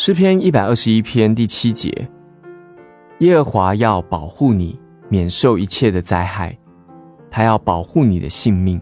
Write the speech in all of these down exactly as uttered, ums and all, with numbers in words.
诗篇一百二十一篇第七节，耶和华要保护你，免受一切的灾害，他要保护你的性命。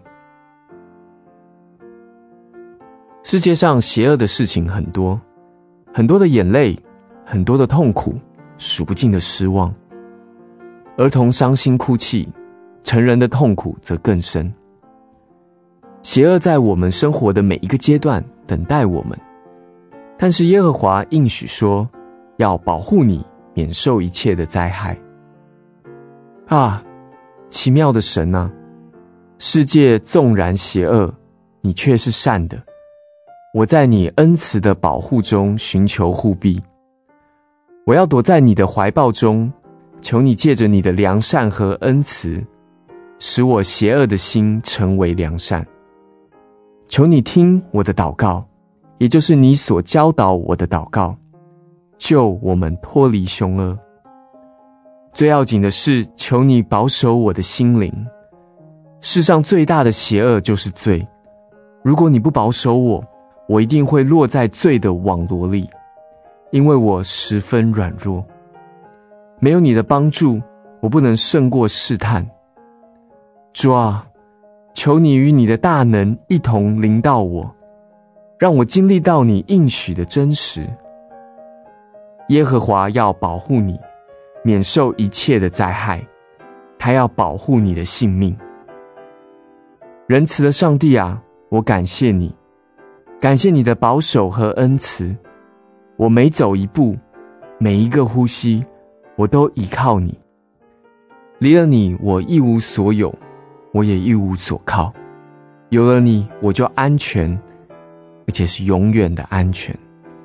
世界上邪恶的事情很多，很多的眼泪，很多的痛苦，数不尽的失望。儿童伤心哭泣，成人的痛苦则更深。邪恶在我们生活的每一个阶段等待我们，但是耶和华应许说，要保护你，免受一切的灾害。啊，奇妙的神啊！世界纵然邪恶，你却是善的。我在你恩慈的保护中寻求护庇，我要躲在你的怀抱中，求你借着你的良善和恩慈，使我邪恶的心成为良善。求你听我的祷告，也就是你所教导我的祷告，救我们脱离凶恶。最要紧的是，求你保守我的心灵。世上最大的邪恶就是罪，如果你不保守我，我一定会落在罪的网罗里，因为我十分软弱。没有你的帮助，我不能胜过试探。主啊，求你与你的大能一同临到我，让我经历到你应许的真实。耶和华要保护你，免受一切的灾害，他要保护你的性命。仁慈的上帝啊，我感谢你，感谢你的保守和恩慈。我每走一步，每一个呼吸，我都依靠你。离了你，我一无所有，我也一无所靠。有了你，我就安全，而且是永远的安全。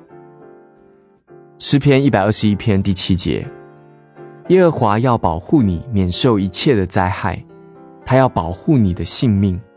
诗篇一百二十一篇第七节，耶和华要保护你，免受一切的灾害，他要保护你的性命。